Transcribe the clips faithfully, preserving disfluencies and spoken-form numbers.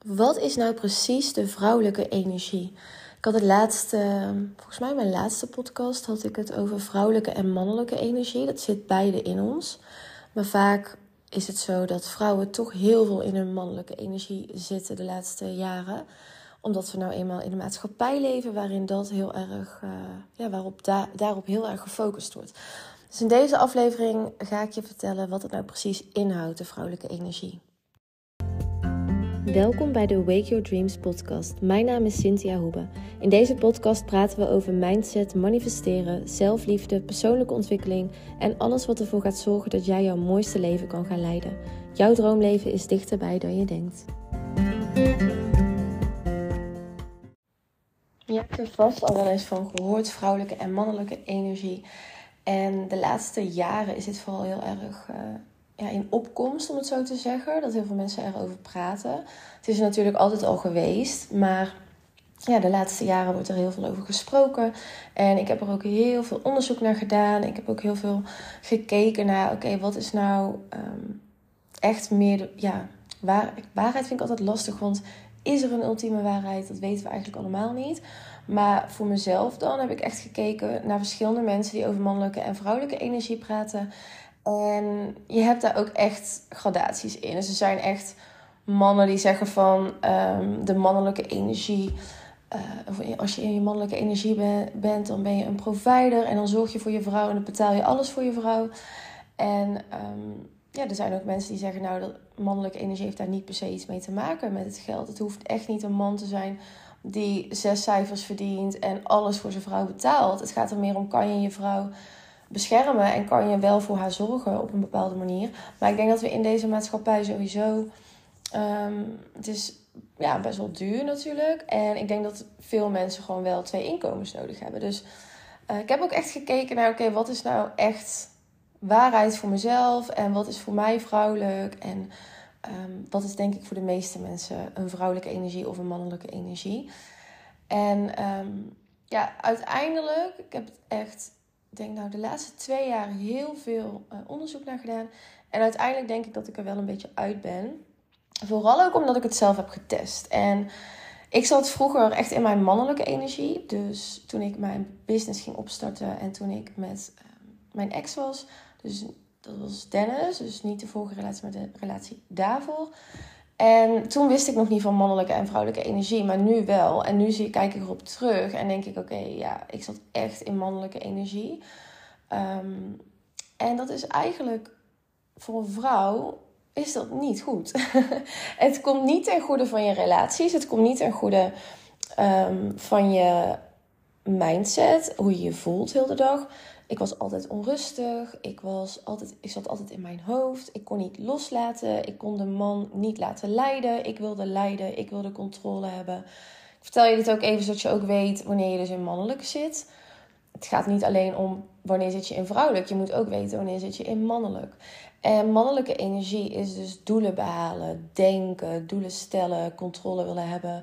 Wat is nou precies de vrouwelijke energie? Ik had het laatste, volgens mij mijn laatste podcast, had ik het over vrouwelijke en mannelijke energie. Dat zit beide in ons. Maar vaak is het zo dat vrouwen toch heel veel in hun mannelijke energie zitten de laatste jaren. Omdat we nou eenmaal in een maatschappij leven waarin dat heel erg, uh, ja, waarop da- daarop heel erg gefocust wordt. Dus in deze aflevering ga ik je vertellen wat het nou precies inhoudt, de vrouwelijke energie. Welkom bij de Wake Your Dreams podcast. Mijn naam is Cynthia Hoebe. In deze podcast praten we over mindset, manifesteren, zelfliefde, persoonlijke ontwikkeling en alles wat ervoor gaat zorgen dat jij jouw mooiste leven kan gaan leiden. Jouw droomleven is dichterbij dan je denkt. Je hebt er vast al wel eens van gehoord, vrouwelijke en mannelijke energie. En de laatste jaren is dit vooral heel erg uh, ja, in opkomst, om het zo te zeggen. Dat heel veel mensen erover praten. Het is er natuurlijk altijd al geweest, maar ja, de laatste jaren wordt er heel veel over gesproken. En ik heb er ook heel veel onderzoek naar gedaan. Ik heb ook heel veel gekeken naar, oké, okay, wat is nou um, echt meer de, ja, waar, waarheid vind ik altijd lastig, want is er een ultieme waarheid? Dat weten we eigenlijk allemaal niet. Maar voor mezelf dan heb ik echt gekeken naar verschillende mensen die over mannelijke en vrouwelijke energie praten. En je hebt daar ook echt gradaties in. Dus er zijn echt mannen die zeggen van um, de mannelijke energie. Uh, of als je in je mannelijke energie ben, bent, dan ben je een provider. En dan zorg je voor je vrouw en dan betaal je alles voor je vrouw. En um, ja, er zijn ook mensen die zeggen, nou, dat mannelijke energie heeft daar niet per se iets mee te maken met het geld. Het hoeft echt niet een man te zijn die zes cijfers verdient en alles voor zijn vrouw betaalt. Het gaat er meer om, kan je je vrouw beschermen en kan je wel voor haar zorgen op een bepaalde manier. Maar ik denk dat we in deze maatschappij sowieso, um, het is ja, best wel duur natuurlijk. En ik denk dat veel mensen gewoon wel twee inkomens nodig hebben. Dus uh, ik heb ook echt gekeken naar, oké, okay, wat is nou echt waarheid voor mezelf en wat is voor mij vrouwelijk en um, wat is denk ik voor de meeste mensen een vrouwelijke energie of een mannelijke energie. En um, ja, uiteindelijk, ik heb het echt, ik denk nou de laatste twee jaar heel veel uh, onderzoek naar gedaan. En uiteindelijk denk ik dat ik er wel een beetje uit ben. Vooral ook omdat ik het zelf heb getest. En ik zat vroeger echt in mijn mannelijke energie. Dus toen ik mijn business ging opstarten en toen ik met uh, mijn ex was. Dus dat was Dennis, dus niet de vorige relatie, maar de relatie daarvoor. En toen wist ik nog niet van mannelijke en vrouwelijke energie, maar nu wel. En nu zie, kijk ik erop terug en denk ik, oké, okay, ja, ik zat echt in mannelijke energie. Um, en dat is eigenlijk, voor een vrouw, is dat niet goed. Het komt niet ten goede van je relaties, het komt niet ten goede um, van je mindset, hoe je je voelt heel de dag. Ik was altijd onrustig. Ik, was altijd, ik zat altijd in mijn hoofd. Ik kon niet loslaten. Ik kon de man niet laten leiden. Ik wilde leiden. Ik wilde controle hebben. Ik vertel je dit ook even zodat je ook weet wanneer je dus in mannelijk zit. Het gaat niet alleen om wanneer zit je in vrouwelijk. Je moet ook weten wanneer zit je in mannelijk. En mannelijke energie is dus doelen behalen, denken, doelen stellen, controle willen hebben.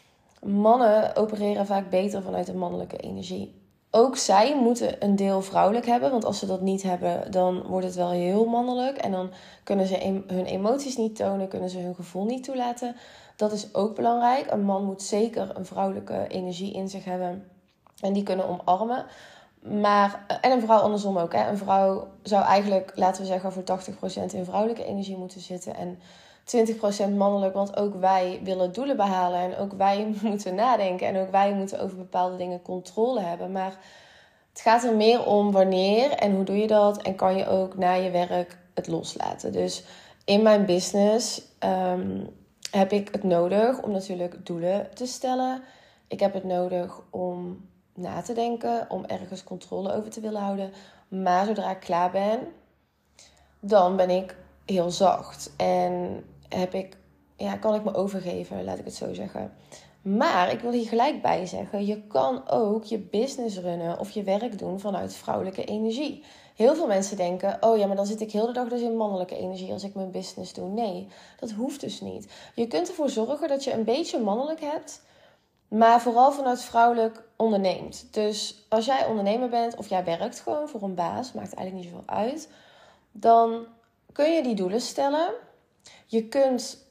Mannen opereren vaak beter vanuit de mannelijke energie. Ook zij moeten een deel vrouwelijk hebben. Want als ze dat niet hebben, dan wordt het wel heel mannelijk. En dan kunnen ze hun emoties niet tonen, kunnen ze hun gevoel niet toelaten. Dat is ook belangrijk. Een man moet zeker een vrouwelijke energie in zich hebben. En die kunnen omarmen. Maar, en een vrouw andersom ook. Hè. Een vrouw zou eigenlijk, laten we zeggen, voor tachtig procent in vrouwelijke energie moeten zitten. En twintig procent mannelijk, want ook wij willen doelen behalen. En ook wij moeten nadenken. En ook wij moeten over bepaalde dingen controle hebben. Maar het gaat er meer om wanneer en hoe doe je dat. En kan je ook na je werk het loslaten. Dus in mijn business um, heb ik het nodig om natuurlijk doelen te stellen. Ik heb het nodig om na te denken, om ergens controle over te willen houden. Maar zodra ik klaar ben, dan ben ik heel zacht. En heb ik, ja, kan ik me overgeven, laat ik het zo zeggen. Maar ik wil hier gelijk bij zeggen, je kan ook je business runnen of je werk doen vanuit vrouwelijke energie. Heel veel mensen denken, oh ja, maar dan zit ik heel de dag dus in mannelijke energie als ik mijn business doe. Nee, dat hoeft dus niet. Je kunt ervoor zorgen dat je een beetje mannelijk hebt, maar vooral vanuit vrouwelijk onderneemt. Dus als jij ondernemer bent of jij werkt gewoon voor een baas, maakt eigenlijk niet zoveel uit, dan kun je die doelen stellen. Je kunt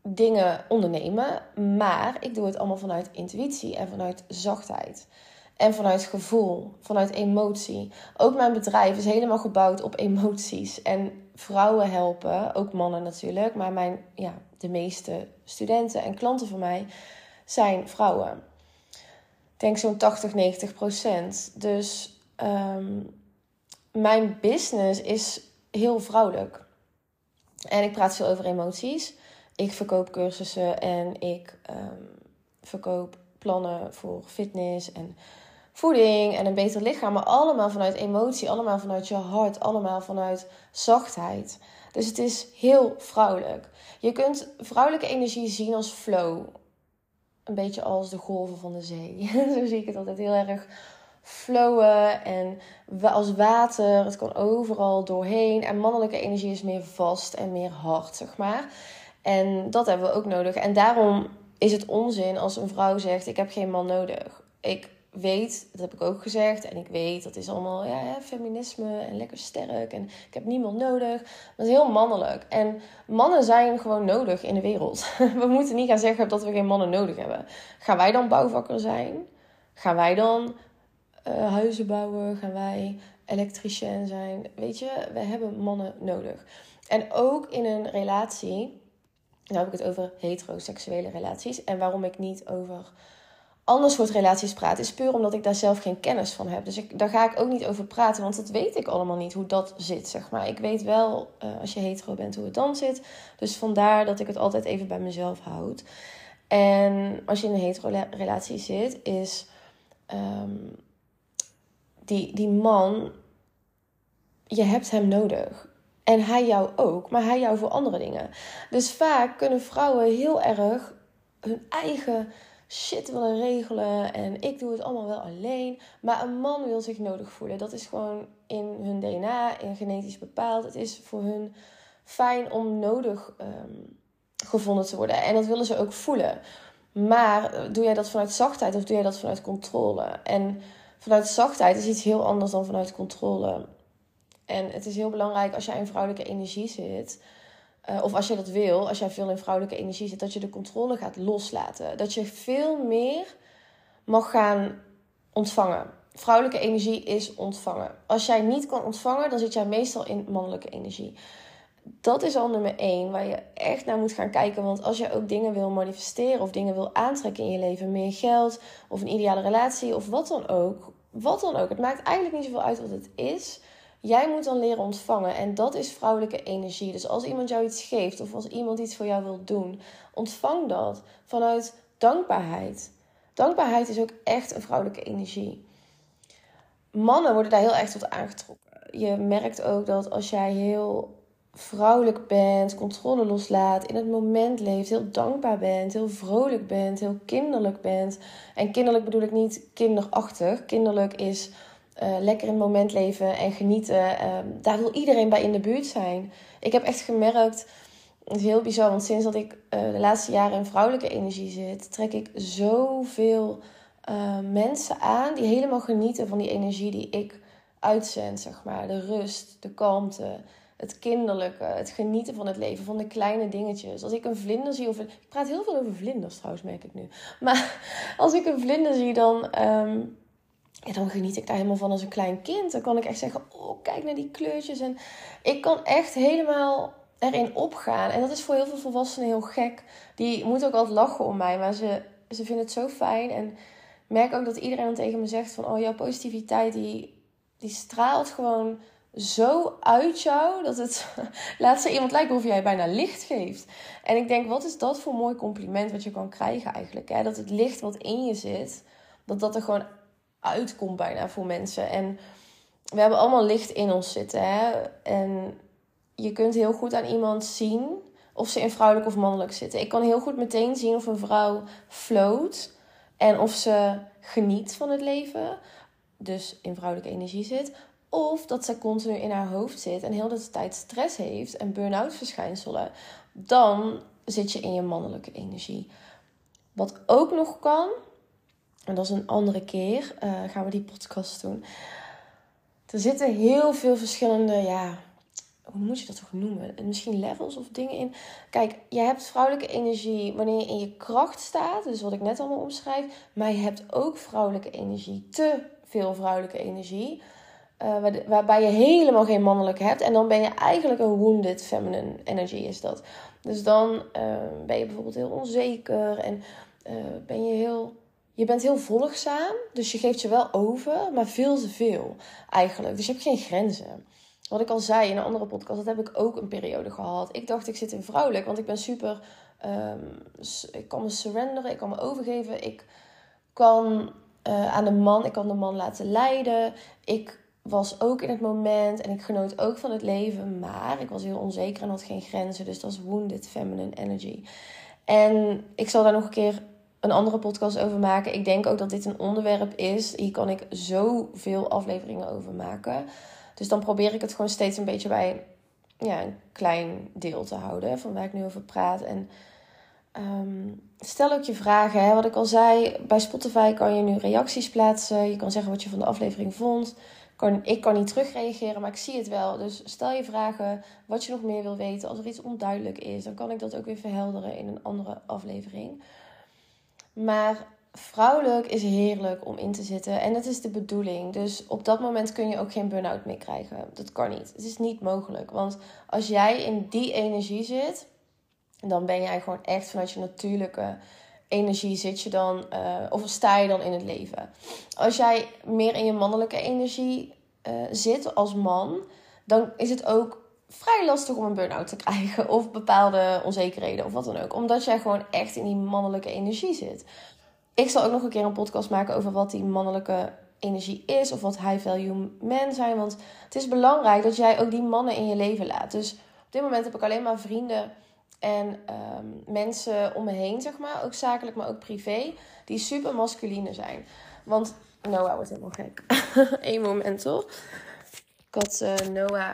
dingen ondernemen. Maar ik doe het allemaal vanuit intuïtie en vanuit zachtheid. En vanuit gevoel, vanuit emotie. Ook mijn bedrijf is helemaal gebouwd op emoties. En vrouwen helpen, ook mannen natuurlijk. Maar mijn, ja, de meeste studenten en klanten van mij zijn vrouwen. Ik denk zo'n tachtig, negentig procent. Dus um, mijn business is heel vrouwelijk. En ik praat veel over emoties. Ik verkoop cursussen en ik um, verkoop plannen voor fitness en voeding en een beter lichaam. Maar allemaal vanuit emotie, allemaal vanuit je hart, allemaal vanuit zachtheid. Dus het is heel vrouwelijk. Je kunt vrouwelijke energie zien als flow. Een beetje als de golven van de zee. Zo zie ik het altijd heel erg flowen en als water. Het kan overal doorheen. En mannelijke energie is meer vast en meer hard, zeg maar. En dat hebben we ook nodig. En daarom is het onzin als een vrouw zegt, ik heb geen man nodig. Ik weet, dat heb ik ook gezegd. En ik weet, dat is allemaal ja, ja, feminisme en lekker sterk. En ik heb niemand nodig. Dat is heel mannelijk. En mannen zijn gewoon nodig in de wereld. We moeten niet gaan zeggen dat we geen mannen nodig hebben. Gaan wij dan bouwvakker zijn? Gaan wij dan uh, huizen bouwen? Gaan wij elektricien zijn? Weet je, we hebben mannen nodig. En ook in een relatie, nou heb ik het over heteroseksuele relaties. En waarom ik niet over ander soort relaties praat, is puur omdat ik daar zelf geen kennis van heb. Dus ik, daar ga ik ook niet over praten, want dat weet ik allemaal niet, hoe dat zit, zeg maar. Ik weet wel, uh, als je hetero bent, hoe het dan zit. Dus vandaar dat ik het altijd even bij mezelf houd. En als je in een hetero-relatie zit, is um, die, die man, je hebt hem nodig. En hij jou ook, maar hij jou voor andere dingen. Dus vaak kunnen vrouwen heel erg hun eigen shit willen regelen en ik doe het allemaal wel alleen. Maar een man wil zich nodig voelen. Dat is gewoon in hun D N A, in genetisch bepaald. Het is voor hun fijn om nodig um, gevonden te worden. En dat willen ze ook voelen. Maar doe jij dat vanuit zachtheid of doe jij dat vanuit controle? En vanuit zachtheid is iets heel anders dan vanuit controle. En het is heel belangrijk als jij in vrouwelijke energie zit, Uh, of als je dat wil, als jij veel in vrouwelijke energie zit, dat je de controle gaat loslaten. Dat je veel meer mag gaan ontvangen. Vrouwelijke energie is ontvangen. Als jij niet kan ontvangen, dan zit jij meestal in mannelijke energie. Dat is al nummer één, waar je echt naar moet gaan kijken. Want als je ook dingen wil manifesteren of dingen wil aantrekken in je leven, meer geld of een ideale relatie of wat dan ook. Wat dan ook. Het maakt eigenlijk niet zoveel uit wat het is. Jij moet dan leren ontvangen en dat is vrouwelijke energie. Dus als iemand jou iets geeft of als iemand iets voor jou wil doen, ontvang dat vanuit dankbaarheid. Dankbaarheid is ook echt een vrouwelijke energie. Mannen worden daar heel erg tot aangetrokken. Je merkt ook dat als jij heel vrouwelijk bent, controle loslaat, in het moment leeft, heel dankbaar bent, heel vrolijk bent, heel kinderlijk bent. En kinderlijk bedoel ik niet kinderachtig. Kinderlijk is Uh, lekker in het moment leven en genieten. Uh, daar wil iedereen bij in de buurt zijn. Ik heb echt gemerkt, het is heel bizar, want sinds dat ik uh, de laatste jaren in vrouwelijke energie zit, trek ik zoveel uh, mensen aan die helemaal genieten van die energie die ik uitzend, zeg maar. De rust, de kalmte, het kinderlijke, het genieten van het leven, van de kleine dingetjes. Als ik een vlinder zie, of een, ik praat heel veel over vlinders trouwens, merk ik nu. Maar als ik een vlinder zie, dan Um, Ja, dan geniet ik daar helemaal van als een klein kind. Dan kan ik echt zeggen, oh, kijk naar die kleurtjes. En ik kan echt helemaal erin opgaan. En dat is voor heel veel volwassenen heel gek. Die moeten ook altijd lachen om mij. Maar ze, ze vinden het zo fijn. En ik merk ook dat iedereen dan tegen me zegt van, oh, jouw positiviteit, die, die straalt gewoon zo uit jou. Dat het laat ze iemand lijken of jij bijna licht geeft. En ik denk, wat is dat voor een mooi compliment wat je kan krijgen eigenlijk. Hè? Dat het licht wat in je zit, dat dat er gewoon uitkomt bijna voor mensen. En we hebben allemaal licht in ons zitten. Hè? En je kunt heel goed aan iemand zien of ze in vrouwelijk of mannelijk zitten. Ik kan heel goed meteen zien of een vrouw float en of ze geniet van het leven, dus in vrouwelijke energie zit, of dat ze continu in haar hoofd zit en heel de tijd stress heeft en burn-out verschijnselen. Dan zit je in je mannelijke energie. Wat ook nog kan, en dat is een andere keer, uh, gaan we die podcast doen. Er zitten heel veel verschillende ja, hoe moet je dat toch noemen? Misschien levels of dingen in. Kijk, je hebt vrouwelijke energie wanneer je in je kracht staat. Dus wat ik net allemaal omschrijf. Maar je hebt ook vrouwelijke energie. Te veel vrouwelijke energie. Uh, waar de, waarbij je helemaal geen mannelijk hebt. En dan ben je eigenlijk een wounded feminine energy is dat. Dus dan uh, ben je bijvoorbeeld heel onzeker. En uh, ben je heel... Je bent heel volgzaam. Dus je geeft je wel over. Maar veel te veel eigenlijk. Dus je hebt geen grenzen. Wat ik al zei in een andere podcast, dat heb ik ook een periode gehad. Ik dacht, ik zit in vrouwelijk, want ik ben super... Um, ik kan me surrenderen, ik kan me overgeven. Ik kan uh, aan de man, ik kan de man laten leiden. Ik was ook in het moment en ik genoot ook van het leven. Maar ik was heel onzeker en had geen grenzen. Dus dat is wounded feminine energy. En ik zal daar nog een keer een andere podcast over maken. Ik denk ook dat dit een onderwerp is. Hier kan ik zoveel afleveringen over maken. Dus dan probeer ik het gewoon steeds een beetje bij ja, een klein deel te houden. Van waar ik nu over praat. En um, stel ook je vragen. Hè. Wat ik al zei, bij Spotify kan je nu reacties plaatsen. Je kan zeggen wat je van de aflevering vond. Kan, ik kan niet terugreageren, maar ik zie het wel. Dus stel je vragen, wat je nog meer wil weten. Als er iets onduidelijk is, dan kan ik dat ook weer verhelderen in een andere aflevering. Maar vrouwelijk is heerlijk om in te zitten. En dat is de bedoeling. Dus op dat moment kun je ook geen burn-out meer krijgen. Dat kan niet. Het is niet mogelijk. Want als jij in die energie zit, dan ben jij gewoon echt vanuit je natuurlijke energie zit je dan, uh, of sta je dan in het leven. Als jij meer in je mannelijke energie uh, zit als man, dan is het ook vrij lastig om een burn-out te krijgen. Of bepaalde onzekerheden of wat dan ook. Omdat jij gewoon echt in die mannelijke energie zit. Ik zal ook nog een keer een podcast maken over wat die mannelijke energie is. Of wat high value men zijn. Want het is belangrijk dat jij ook die mannen in je leven laat. Dus op dit moment heb ik alleen maar vrienden en um, mensen om me heen, zeg maar. Ook zakelijk, maar ook privé. Die super masculine zijn. Want Noah wordt helemaal gek. Eén moment hoor. Ik had uh, Noah...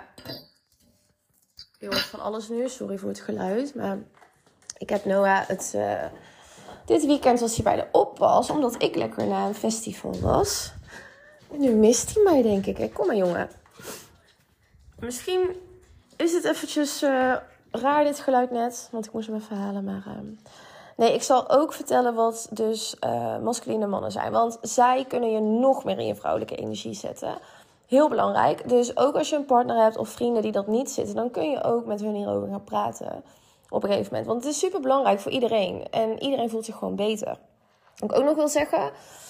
Je hoort van alles nu, sorry voor het geluid. Maar ik heb Noah het... Uh, dit weekend was hij bij de oppas, omdat ik lekker naar een festival was. En nu mist hij mij, denk ik. Kom maar, jongen. Misschien is het eventjes uh, raar, dit geluid net. Want ik moest hem even halen, maar... Uh, nee, ik zal ook vertellen wat dus uh, masculine mannen zijn. Want zij kunnen je nog meer in je vrouwelijke energie zetten. Heel belangrijk. Dus ook als je een partner hebt of vrienden die dat niet zitten, dan kun je ook met hun hierover gaan praten op een gegeven moment. Want het is super belangrijk voor iedereen. En iedereen voelt zich gewoon beter. Wat ik ook nog wil zeggen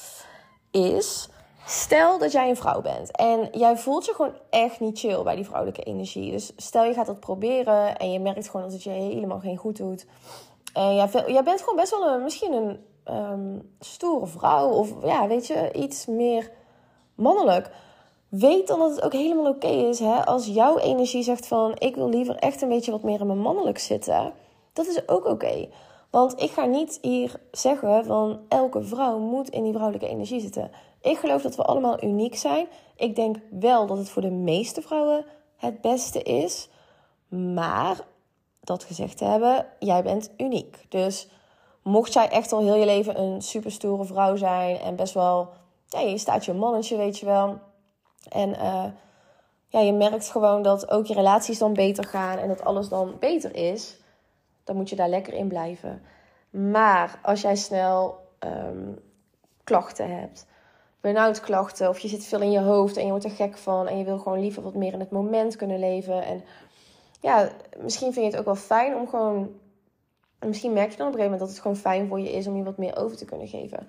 is, stel dat jij een vrouw bent en jij voelt je gewoon echt niet chill bij die vrouwelijke energie. Dus stel je gaat dat proberen en je merkt gewoon dat het je helemaal geen goed doet. En jij, jij bent gewoon best wel een, misschien een um, stoere vrouw of ja, weet je, iets meer mannelijk. Weet dan dat het ook helemaal oké is, hè? Als jouw energie zegt van, ik wil liever echt een beetje wat meer in mijn mannelijk zitten. Dat is ook oké. Want ik ga niet hier zeggen van, elke vrouw moet in die vrouwelijke energie zitten. Ik geloof dat we allemaal uniek zijn. Ik denk wel dat het voor de meeste vrouwen het beste is. Maar, dat gezegd te hebben, jij bent uniek. Dus mocht jij echt al heel je leven een superstoere vrouw zijn en best wel, ja, je staat je mannetje, weet je wel. En uh, ja, je merkt gewoon dat ook je relaties dan beter gaan en dat alles dan beter is. Dan moet je daar lekker in blijven. Maar als jij snel um, klachten hebt, burn-out klachten, of je zit veel in je hoofd en je wordt er gek van en je wil gewoon liever wat meer in het moment kunnen leven. En ja, misschien vind je het ook wel fijn om gewoon, misschien merk je dan op een gegeven moment dat het gewoon fijn voor je is om je wat meer over te kunnen geven.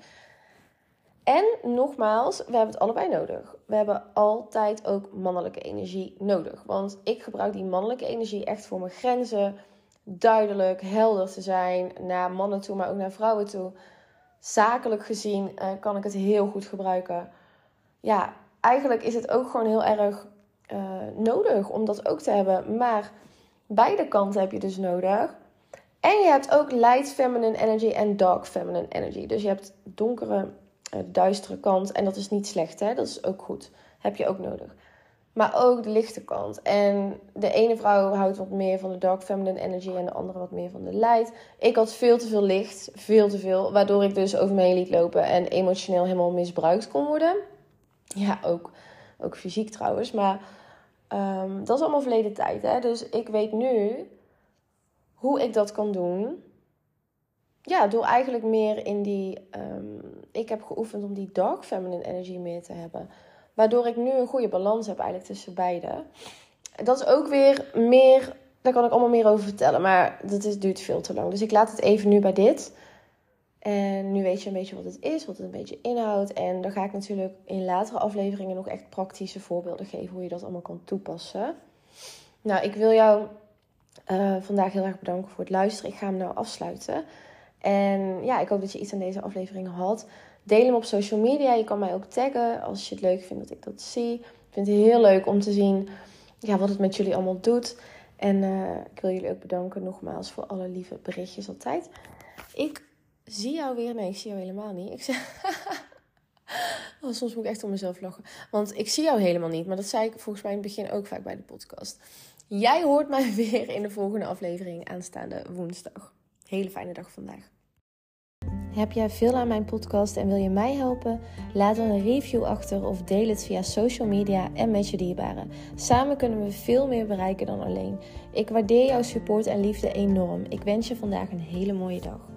En nogmaals, we hebben het allebei nodig. We hebben altijd ook mannelijke energie nodig. Want ik gebruik die mannelijke energie echt voor mijn grenzen. Duidelijk, helder te zijn naar mannen toe, maar ook naar vrouwen toe. Zakelijk gezien uh, kan ik het heel goed gebruiken. Ja, eigenlijk is het ook gewoon heel erg uh, nodig om dat ook te hebben. Maar beide kanten heb je dus nodig. En je hebt ook light feminine energy en dark feminine energy. Dus je hebt donkere, uh, duistere kant. En dat is niet slecht, hè? Dat is ook goed. Heb je ook nodig. Maar ook de lichte kant. En de ene vrouw houdt wat meer van de dark feminine energy en de andere wat meer van de light. Ik had veel te veel licht, veel te veel. Waardoor ik dus over me heen liet lopen en emotioneel helemaal misbruikt kon worden. Ja, ook, ook fysiek trouwens. Maar Um, dat is allemaal verleden tijd. Hè? Dus ik weet nu hoe ik dat kan doen. Ja, door eigenlijk meer in die... Um, ik heb geoefend om die dark feminine energy meer te hebben. Waardoor ik nu een goede balans heb eigenlijk tussen beide. Dat is ook weer meer... Daar kan ik allemaal meer over vertellen. Maar dat is, duurt veel te lang. Dus ik laat het even nu bij dit. En nu weet je een beetje wat het is. Wat het een beetje inhoudt. En dan ga ik natuurlijk in latere afleveringen nog echt praktische voorbeelden geven. Hoe je dat allemaal kan toepassen. Nou, ik wil jou uh, vandaag heel erg bedanken voor het luisteren. Ik ga hem nou afsluiten. En ja, ik hoop dat je iets aan deze aflevering had. Deel hem op social media. Je kan mij ook taggen als je het leuk vindt dat ik dat zie. Ik vind het heel leuk om te zien ja, wat het met jullie allemaal doet. En uh, ik wil jullie ook bedanken nogmaals voor alle lieve berichtjes altijd. Ik zie jou weer. Nee, ik zie jou helemaal niet. Ik zeg... oh, soms moet ik echt om mezelf lachen. Want ik zie jou helemaal niet. Maar dat zei ik volgens mij in het begin ook vaak bij de podcast. Jij hoort mij weer in de volgende aflevering aanstaande woensdag. Hele fijne dag vandaag. Heb jij veel aan mijn podcast en wil je mij helpen? Laat dan een review achter of deel het via social media en met je dierbaren. Samen kunnen we veel meer bereiken dan alleen. Ik waardeer jouw support en liefde enorm. Ik wens je vandaag een hele mooie dag.